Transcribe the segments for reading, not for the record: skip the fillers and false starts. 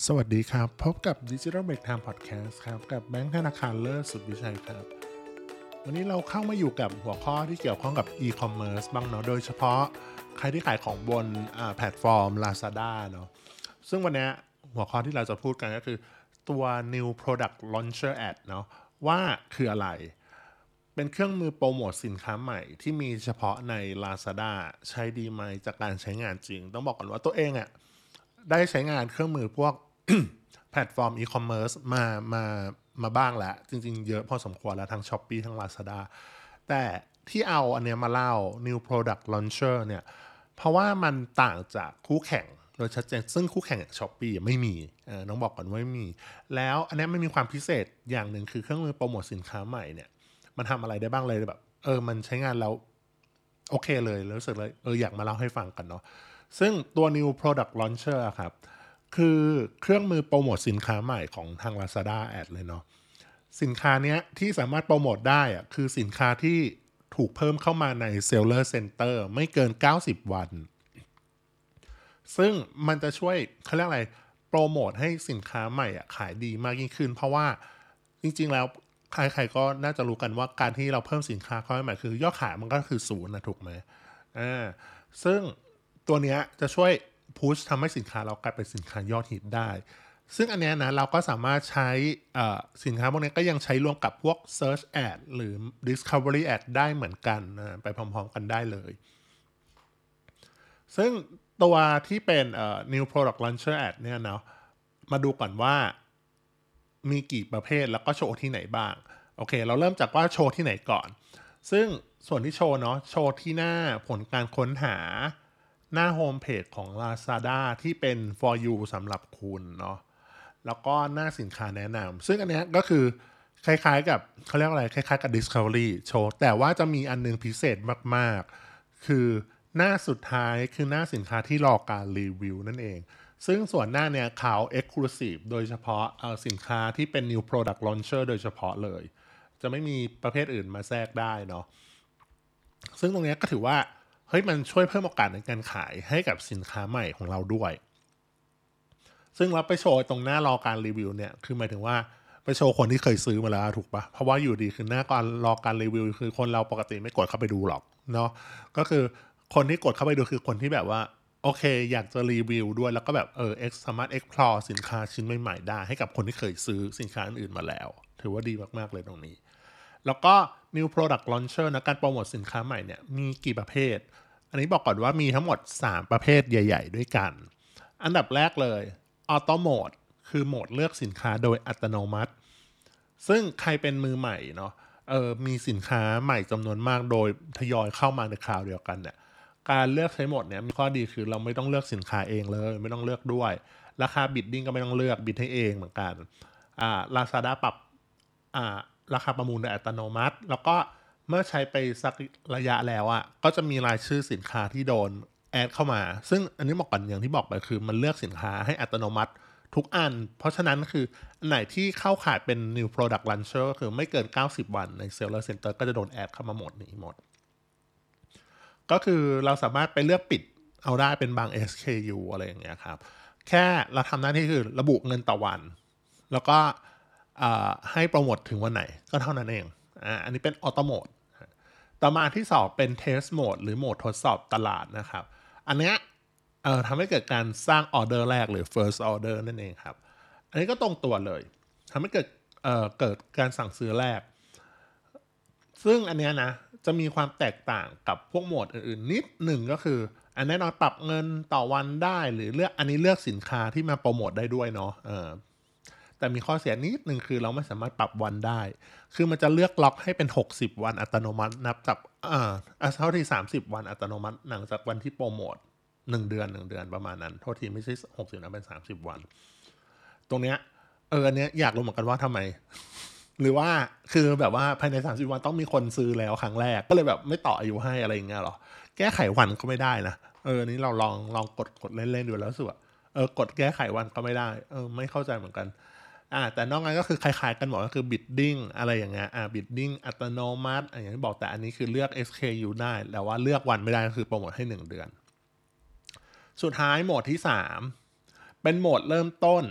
สวัสดีครับพบกับ Digital Break Time Podcast ครับกับแบงค์ธนาคารเลิศสุดวิชัยครับวันนี้เราเข้ามาอยู่กับหัวข้อที่เกี่ยวข้องกับ e-commerce บ้างเนาะโดยเฉพาะใครที่ขายของบนแพลตฟอร์ม Lazada เนาะซึ่งวันนี้หัวข้อที่เราจะพูดกันก็คือตัว New Product Launcher Ad เนาะว่าคืออะไรเป็นเครื่องมือโปรโมทสินค้าใหม่ที่มีเฉพาะใน Lazada ใช้ดีไหมจากการใช้งานจริงต้องบอกก่อนว่าตัวเองอ่ะได้ใช้งานเครื่องมือพวก แพลตฟอร์มอีคอมเมิร์ซมาบ้างแล้วจริงๆเยอะพอสมควรแล้วทั้ง Shopee ทั้ง Lazada แต่ที่เอาอันเนี้ยมาเล่า New Product Launcher เนี่ยเพราะว่ามันต่างจากคู่แข่งโดยชัดเจนซึ่งคู่แข่งอย่าง Shopee ไม่มีน้องบอกก่อนว่าไม่มีแล้วอันนี้มันมีความพิเศษอย่างหนึ่งคือเครื่องมือโปรโมทสินค้าใหม่เนี่ยมันทำอะไรได้บ้างเลยแบบมันใช้งานแล้วโอเคเลยแล้วรู้สึกเลยอยากมาเล่าให้ฟังกันเนาะซึ่งตัว New Product Launcher อะครับคือเครื่องมือโปรโมทสินค้าใหม่ของทาง Lazada Ad เลยเนาะสินค้าเนี้ยที่สามารถโปรโมทได้อะคือสินค้าที่ถูกเพิ่มเข้ามาใน Seller Center ไม่เกิน90วันซึ่งมันจะช่วยเขาเรียกอะไรโปรโมทให้สินค้าใหม่ขายดีมากยิ่งขึ้นเพราะว่าจริงๆแล้วใครๆก็น่าจะรู้กันว่าการที่เราเพิ่มสินค้าเข้ามาใหม่คือยอดขายมันก็คือศูนย์นะถูกไหมอ่าซึ่งตัวเนี้ยจะช่วยพุชทำให้สินค้าเรากลายเป็นสินค้ายอดฮิตได้ซึ่งอันเนี้ยนะเราก็สามารถใช้สินค้าพวกนี้ก็ยังใช้ร่วมกับพวก Search Ad หรือ Discovery Ad ได้เหมือนกันไปพร้อมๆกันได้เลยซึ่งตัวที่เป็นNew Product Launcher Ad เนี่ยเนาะมาดูก่อนว่ามีกี่ประเภทแล้วก็โชว์ที่ไหนบ้างโอเคเราเริ่มจากว่าโชว์ที่ไหนก่อนซึ่งส่วนที่โชว์เนาะโชว์ที่หน้าผลการค้นหาหน้าโฮมเพจของ Lazada ที่เป็น for you สำหรับคุณเนาะแล้วก็หน้าสินค้าแนะนำซึ่งอันเนี้ยก็คือคล้ายๆกับเขาเรียกอะไรคล้ายๆกับ Discovery โชว์แต่ว่าจะมีอันนึงพิเศษมากๆคือหน้าสุดท้ายคือหน้าสินค้าที่รอการรีวิวนั่นเองซึ่งส่วนหน้าเนี่ยเขา Exclusive โดยเฉพาะสินค้าที่เป็น New Product Launcher โดยเฉพาะเลยจะไม่มีประเภทอื่นมาแทรกได้เนาะซึ่งตรงนี้ก็ถือว่าเฮ้ยมันช่วยเพิ่มโอกาสในการขายให้กับสินค้าใหม่ของเราด้วยซึ่งเราไปโชว์ตรงหน้ารอการรีวิวเนี่ยคือหมายถึงว่าไปโชว์คนที่เคยซื้อมาแล้วถูกปะเพราะว่าอยู่ดีคือหน้าการรอการรีวิวคือคนเราปกติไม่กดเข้าไปดูหรอกเนาะก็คือคนที่กดเข้าไปดูคือคนที่แบบว่าโอเคอยากจะรีวิวด้วยแล้วก็แบบสามารถ explore สินค้าชิ้นใหม่ๆได้ให้กับคนที่เคยซื้อสินค้าอื่นๆมาแล้วถือว่าดีมากๆเลยตรงนี้แล้วก็ New Product Launcher นะการโปรโมทสินค้าใหม่เนี่ยมีกี่ประเภทอันนี้บอกก่อนว่ามีทั้งหมด3ประเภทใหญ่ๆด้วยกันอันดับแรกเลยออโตโหมดคือโหมดเลือกสินค้าโดยอัตโนมัติซึ่งใครเป็นมือใหม่เนาะมีสินค้าใหม่จำนวนมากโดยทยอยเข้ามาในคราวเดียวกันเนี่ยการเลือกใช้โหมดเนี่ยมีข้อดีคือเราไม่ต้องเลือกสินค้าเองเลยไม่ต้องเลือกด้วยราคาบิดดิ้งก็ไม่ต้องเลือกบิดให้เองเหมือนกันLazada ปรับอ่าราคาประมูลโดยอัตโนมัติแล้วก็เมื่อใช้ไปสักระยะแล้วก็จะมีรายชื่อสินค้าที่โดนแอดเข้ามาซึ่งอันนี้บอกก่อนอย่างที่บอกไปคือมันเลือกสินค้าให้อัตโนมัติทุกอันเพราะฉะนั้นคืออันไหนที่เข้าข่ายเป็น New Product Launcher คือไม่เกิน90วันใน Seller Center ก็จะโดนแอดเข้ามาหมดนี้หมดก็คือเราสามารถไปเลือกปิดเอาได้เป็นบาง SKU อะไรอย่างเงี้ยครับแค่เราทำหน้าที่คือระบุเงินต่อวันแล้วก็ให้โปรโมทถึงวันไหนก็เท่านั้นเองอันนี้เป็นออโตโหมดต่อมาที่สองเป็น Test Mode หรือโหมดทดสอบตลาดนะครับอันเนี้ยทำให้เกิดการสร้างออเดอร์แรกหรือ first order นั่นเองครับอันนี้ก็ตรงตัวเลยทำให้เกิดการสั่งซื้อแรกซึ่งอันเนี้ยนะจะมีความแตกต่างกับพวกโหมดอื่นๆนิดหนึ่งก็คืออันแน่นอนปรับเงินต่อวันได้หรือเลือกอันนี้เลือกสินค้าที่มาโปรโมทได้ด้วยเนาะแต่มีข้อเสียนิดนึงคือเราไม่สามารถปรับวันได้คือมันจะเลือกล็อกให้เป็น60วันอัตโนมัตินับจากเท่าที่30วันอัตโนมัติหลังจากวันที่โปรโมท1 เดือนประมาณนั้นโทษทีไม่ใช่60นะเป็น30วันตรงเนี้ยอันเนี้ยอยากรู้เหมือนกันว่าทำไมหรือว่าคือแบบว่าภายใน30วันต้องมีคนซื้อแล้วครั้งแรกก็เลยแบบไม่ต่ออายุให้อะไรอย่างเงี้ยหรอแก้ไขวันก็ไม่ได้นะนี้เราลองกดเล่นๆดูแล้วรู้สึกว่ากดแก้ไขวันก็ไม่ได้ไม่เข้าใจเหมือนกันแต่นอกนั้นก็คือคล้ายๆกันหมดก็คือ bidding อะไรอย่างเงี้ยbidding อัตโนมัติอย่างที่บอกแต่อันนี้คือเลือก SKU ได้แต่ว่าเลือกวันไม่ได้ก็คือโปรโมทให้1 เดือนสุดท้ายโหมดที่3เป็นโหมดเริ่มต้น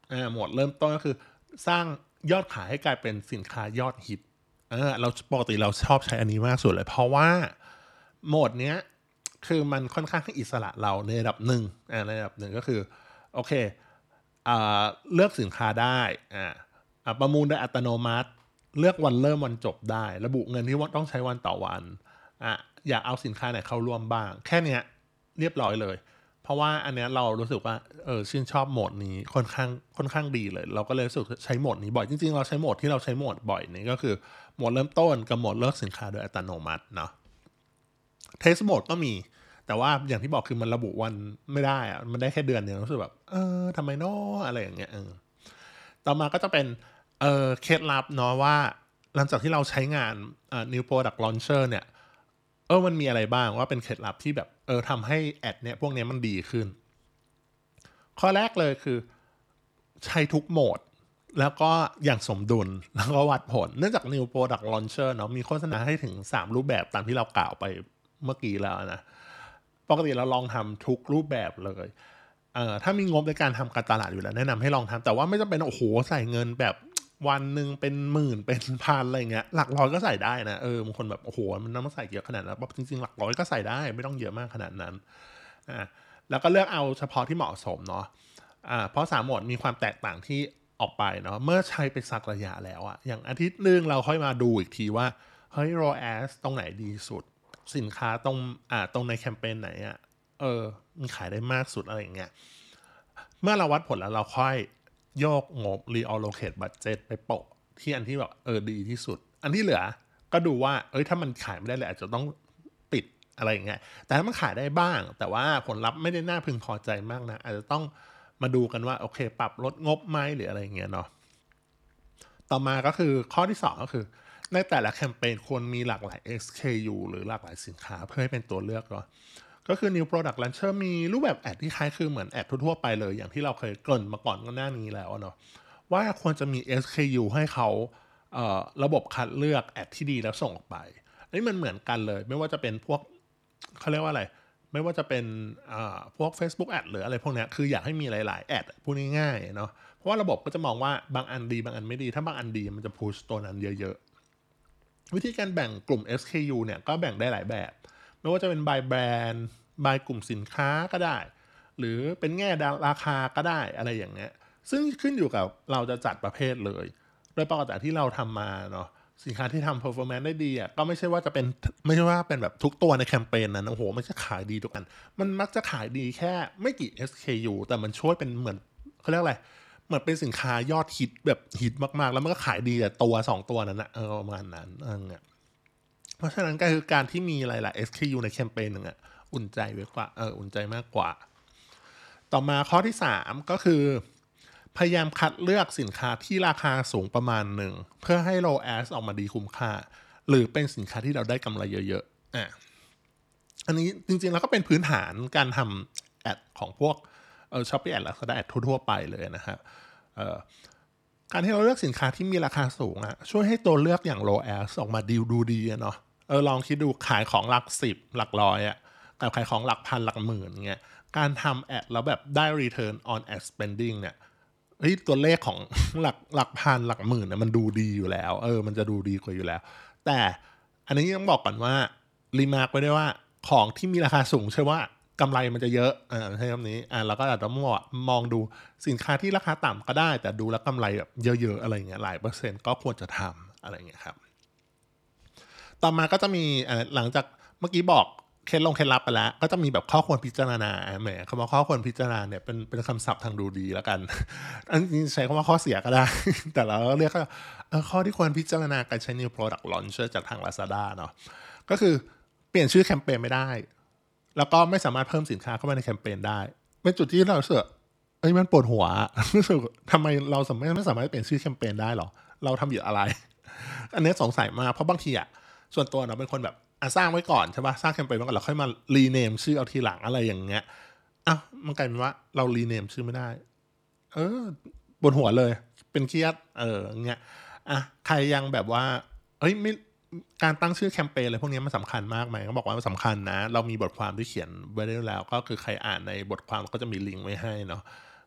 โหมดเริ่มต้นก็คือสร้างยอดขายให้กลายเป็นสินค้ายอดฮิตเราปกติเราชอบใช้อันนี้มากสุดเลยเพราะว่าโหมดเนี้ยคือมันค่อนข้างให้อิสระเราในระดับหนึ่งในระดับหนึ่งก็คือโอเคอ่าเลือกสินค้าได้ประมูลโดยอัตโนมัติเลือกวันเริ่มวันจบได้ระบุเงินที่ว่าต้องใช้วันต่อวันอยากเอาสินค้าไหนเข้าร่วมบ้างแค่เนี้ยเรียบร้อยเลยเพราะว่าอันเนี้ยเรารู้สึกว่าชื่นชอบโหมดนี้ค่อนข้างดีเลยเราก็เลยรู้สึกใช้โหมดนี้บ่อยจริงๆเราใช้โหมดที่เราใช้โหมดบ่อยนี่ก็คือโหมดเริ่มต้นกับโหมดเลือกสินค้าโดยอัตโนมัติเนาะเทสโหมดก็มีแต่ว่าอย่างที่บอกคือมันระบุวันไม่ได้อะมันได้แค่เดือนเดียวรู้สึกแบบทำไมน้ออะไรอย่างเงี้ยต่อมาก็จะเป็นเคล็ดลับเนาะว่าหลังจากที่เราใช้งานNew Product Launcher เนี่ยมันมีอะไรบ้างว่าเป็นเคล็ดลับที่แบบทำให้แอดเนี่ยพวกนี้มันดีขึ้นข้อแรกเลยคือใช้ทุกโหมดแล้วก็อย่างสมดุลแล้วก็วัดผลเนื่องจาก New Product Launcher เนาะมีโฆษณาให้ถึง3รูปแบบตามที่เรากล่าวไปเมื่อกี้แล้วนะปกติเราลองทำทุกรูปแบบเลยถ้ามีงบในการทำการตลาดอยู่แล้วแนะนำให้ลองทำแต่ว่าไม่จำเป็นโอ้โหใส่เงินแบบวันหนึ่งเป็นหมื่นเป็นพันอะไรเงี้ยหลักร้อยก็ใส่ได้นะบางคนแบบโอ้โหมันต้องใส่เยอะขนาดนั้นจริงๆหลักร้อยก็ใส่ได้ไม่ต้องเยอะมากขนาดนั้นแล้วก็เลือกเอาเฉพาะที่เหมาะสมเนาะเพราะ3โหมดมีความแตกต่างที่ออกไปเนาะเมื่อใช้ไปสักระยะแล้วอะอย่างอาทิตย์นึงเราค่อยมาดูอีกทีว่าเฮ้ย ROAS ตรงไหนดีสุดสินค้าตรงในแคมเปญไหนอะมันขายได้มากสุดอะไรอย่างเงี้ยเมื่อเราวัดผลแล้วเราค่อยโยกงบ reallocate budget ไปโปะที่อันที่แบบดีที่สุดอันที่เหลือก็ดูว่าถ้ามันขายไม่ได้เลยอาจจะต้องปิดอะไรอย่างเงี้ยแต่ถ้ามันขายได้บ้างแต่ว่าผลลัพธ์ไม่ได้น่าพึงพอใจมากนะอาจจะต้องมาดูกันว่าโอเคปรับลดงบไหมหรืออะไรอย่างเงี้ยเนาะต่อมาก็คือข้อที่2ก็คือในแต่ละแคมเปญควรมีหลากหลาย SKU หรือหลากหลายสินค้าเพื่อให้เป็นตัวเลือกเนาะก็คือ New Product Launcher มีรูปแบบแอดที่คล้ายคือเหมือนแอดทั่วๆไปเลยอย่างที่เราเคยเกริ่นมาก่อนหน้านี้แล้วเนาะว่าควรจะมี SKU ให้เขาระบบคัดเลือกแอดที่ดีแล้วส่งออกไปอันนี้มันเหมือนกันเลยไม่ว่าจะเป็นพวกเขาเรียกว่าอะไรไม่ว่าจะเป็นพวก Facebook Ad หรืออะไรพวกนี้คืออยากให้มีหลายๆแอดพูดง่ายๆเนาะเพราะว่าระบบก็จะมองว่าบางอันดีบางอันไม่ดีถ้าบางอันดีมันจะพุชตัวนั้นเยอะๆวิธีการแบ่งกลุ่ม SKU เนี่ยก็แบ่งได้หลายแบบไม่ว่าจะเป็น by brand by กลุ่มสินค้าก็ได้หรือเป็นแง่ราคาก็ได้อะไรอย่างเงี้ยซึ่งขึ้นอยู่กับเราจะจัดประเภทเลยโดยปกติที่เราทำมาเนาะสินค้าที่ทำ performance ได้ดีอ่ะก็ไม่ใช่ว่าเป็นแบบทุกตัวในแคมเปญนั้นโอ้โหมันจะขายดีทุกอันมันมักจะขายดีแค่ไม่กี่ SKU แต่มันช่วยเป็นเหมือนเขาเรียกอะไรเหมือนเป็นสินค้ายอดฮิตแบบฮิตมากๆแล้วมันก็ขายดีแต่ตัว2ตัวนั้นนะประมาณนั้นเพราะฉะนั้นก็คือการที่มีหลายๆ SKU ในแคมเปญหนึ่งอุ่นใจไว้กว่าอุ่นใจมากกว่าต่อมาข้อที่3ก็คือพยายามคัดเลือกสินค้าที่ราคาสูงประมาณหนึ่งเพื่อให้ ROAS ออกมาดีคุ้มค่าหรือเป็นสินค้าที่เราได้กำไรเยอะๆอันนี้จริงๆแล้วก็เป็นพื้นฐานการทำแอดของพวกShopee Ad และ Lazada Ad ทั่วๆไปเลยนะครับการที่เราเลือกสินค้าที่มีราคาสูงช่วยให้ตัวเลือกอย่าง ROAS ออกมาดูดีเนาะลองคิดดูขายของหลัก10หลักร้อยกับขายของหลักพันหลักหมื่นเงี้ยการทำแอดแล้วแบบได้ return on ad spending เนี่ยตัวเลขของ หลักพันหลักหมื่นมันดูดีอยู่แล้วมันจะดูดีกว่าอยู่แล้วแต่อันนี้ต้องบอกก่อนว่ารีมาร์กไว้ด้วยว่าของที่มีราคาสูงใช่ว่ากำไรมันจะเยอะใช่คำนี้เราก็อาจจะมองดูสินค้าที่ราคาต่ำก็ได้แต่ดูแล้วกำไรแบบเยอะๆอะไรเงี้ยหลายเปอร์เซ็นต์ก็ควรจะทำอะไรเงี้ยครับต่อมาก็จะมีหลังจากเมื่อกี้บอกเคล็ดลับไปแล้วก็จะมีแบบข้อควรพิจารณาแหมคำว่าข้อควรพิจารณาเนี่ยเป็นคำศัพท์ทางดูดีแล้วกันอันนี้ใช้คำว่าข้อเสียก็ได้ แต่เราเรียกว่าข้อที่ควรพิจารณาการใช้ New Product Launcher จากทาง Lazada เนาะก็คือเปลี่ยนชื่อแคมเปญไม่ได้แล้วก็ไม่สามารถเพิ่มสินค้าเข้ามาในแคมเปญได้เป็นจุดที่เราเสือกมันปวดหัวรู้สึกทำไมเราไม่สามารถเปลี่ยนชื่อแคมเปญได้หรอเราทำอยู่อะไรอันนี้สงสัยมากเพราะบางทีส่วนตัวเราเป็นคนแบบสร้างไว้ก่อนใช่ป่ะสร้างแคมเปญไว้ก่อนแล้วค่อยมารีเนมชื่อเอาทีหลังอะไรอย่างเงี้ยมันกลายเป็นว่าเรารีเนมชื่อไม่ได้ปวดหัวเลยเป็นเครียดเงี้ยใครยังแบบว่าไม่การตั้งชื่อแคมเปญอะไรพวกนี้มันสำคัญมากไหมเขาบอกว่ามันสำคัญนะเรามีบทความที่เขียนไว้ได้แล้วก็คือใครอ่านในบทความก็จะมีลิงก์ไว้ให้เนาะ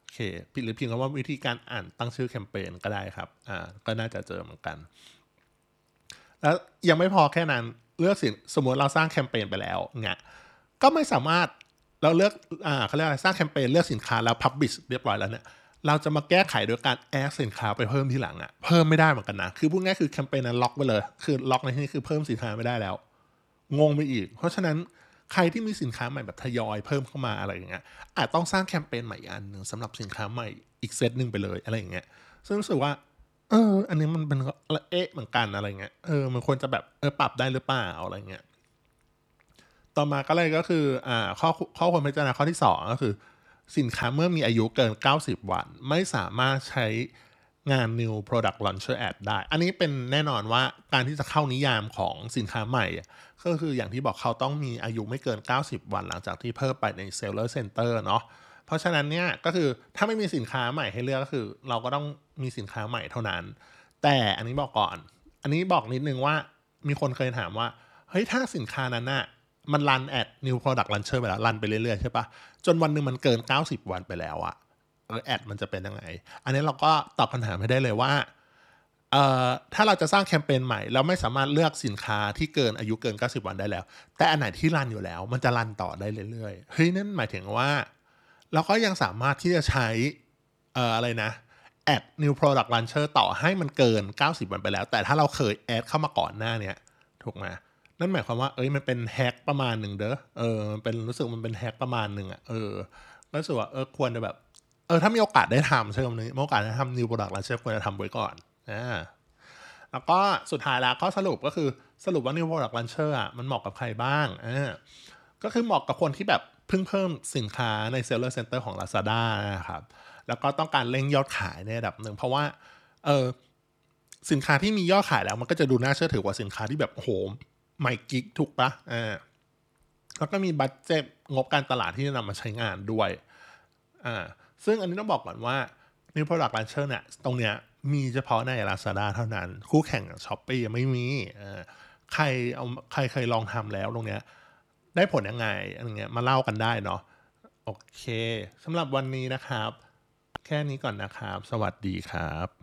เคหรือพิมพ์คำว่าวิธีการอ่านตั้งชื่อแคมเปญก็ได้ครับก็น่าจะเจอเหมือนกันแล้วยังไม่พอแค่นั้นเลือกสินสมมติเราสร้างแคมเปญไปแล้วเนี่ยก็ไม่สามารถเราเลือกเขาเรียกอะไรสร้างแคมเปญเลือกสินค้าแล้วพับบิชเรียบร้อยแล้วเนี่ยเราจะมาแก้ไขโดยการแอดสินค้าไปเพิ่มทีหลังเพิ่มไม่ได้เหมือนกันนะคือพูดง่ายคือแคมเปญนั้นล็อกไปเลยคือล็อกในที่นี้คือเพิ่มสินค้าไม่ได้แล้วงงไปอีกเพราะฉะนั้นใครที่มีสินค้าใหม่แบบทยอยเพิ่มเข้ามาอะไรอย่างเงี้ยอาจต้องสร้างแคมเปญใหม่อันหนึ่งสำหรับสินค้าใหม่อีกเซตหนึ่งไปเลยอะไรอย่างเงี้ยซึ่งรู้สึกว่าอันนี้มันเป็นเหมือนกันอะไรเงี้ยมันควรจะแบบปรับได้หรือเปล่าอะไรเงี้ยต่อมาก็เลยก็คือข้อควรพิจารณาข้อที่2ก็คือสินค้าเมื่อมีอายุเกิน90วันไม่สามารถใช้งาน New Product Launcher Ad ได้อันนี้เป็นแน่นอนว่าการที่จะเข้านิยามของสินค้าใหม่ก็คืออย่างที่บอกเขาต้องมีอายุไม่เกิน90วันหลังจากที่เพิ่มไปใน Seller Center เนาะเพราะฉะนั้นเนี่ยก็คือถ้าไม่มีสินค้าใหม่ให้เลือกก็คือเราก็ต้องมีสินค้าใหม่เท่านั้นแต่อันนี้บอกก่อนอันนี้บอกนิดนึงว่ามีคนเคยถามว่าเฮ้ยถ้าสินค้านั้นมันรันแอด New Product Launcher ไปแล้วรันไปเรื่อยๆใช่ปะจนวันหนึ่งมันเกิน90วันไปแล้วแอดมันจะเป็นยังไงอันนี้เราก็ตอบคำถามไม่ได้เลยว่าถ้าเราจะสร้างแคมเปญใหม่เราไม่สามารถเลือกสินค้าที่เกินอายุเกิน90วันได้แล้วแต่อันไหนที่รันอยู่แล้วมันจะรันต่อได้เรื่อยๆเฮ้ยนั่นหมายถึงว่าเราก็ยังสามารถที่จะใช้อะไรนะแอด New Product Launcher ต่อให้มันเกิน90วันไปแล้วแต่ถ้าเราเคยแอดเข้ามาก่อนหน้าเนี้ยถูกไหมนั่นหมายความว่ามันเป็นแฮกประมาณหนึ่งเด้อมันเป็นรู้สึกมันเป็นแฮกประมาณหนึ่งก็รู้สึกว่าควรจะแบบถ้ามีโอกาสได้ทำใช่ไหมนี้มีโอกาสได้ทำ New Product Launcher ควรจะทำไว้ก่อนแล้วก็สุดท้ายแล้วก็สรุปก็คือสรุปว่า New Product Launcher มันเหมาะกับใครบ้างก็คือเหมาะกับคนที่แบบเพิ่งเพิ่มสินค้าใน Seller Center ของ Lazada นะครับแล้วก็ต้องการเร่งยอดขายในระดับหนึ่งเพราะว่าสินค้าที่มียอดขายแล้วมันก็จะดูน่าเชื่อถือกว่าสินค้าที่แบบโหใหม่กิ๊กถูกปะแล้วก็มีบัดเจ็ตงบการตลาดที่จะนำมาใช้งานด้วยซึ่งอันนี้ต้องบอกก่อนว่า New Product Launcher เนี่ยตรงเนี้ยมีเฉพาะใน Lazada เท่านั้นคู่แข่ง Shopee ยังไม่มีใครเคยลองทำแล้วตรงเนี้ยได้ผลยังไงอะไรเงี้ยมาเล่ากันได้เนาะโอเคสำหรับวันนี้นะครับแค่นี้ก่อนนะครับสวัสดีครับ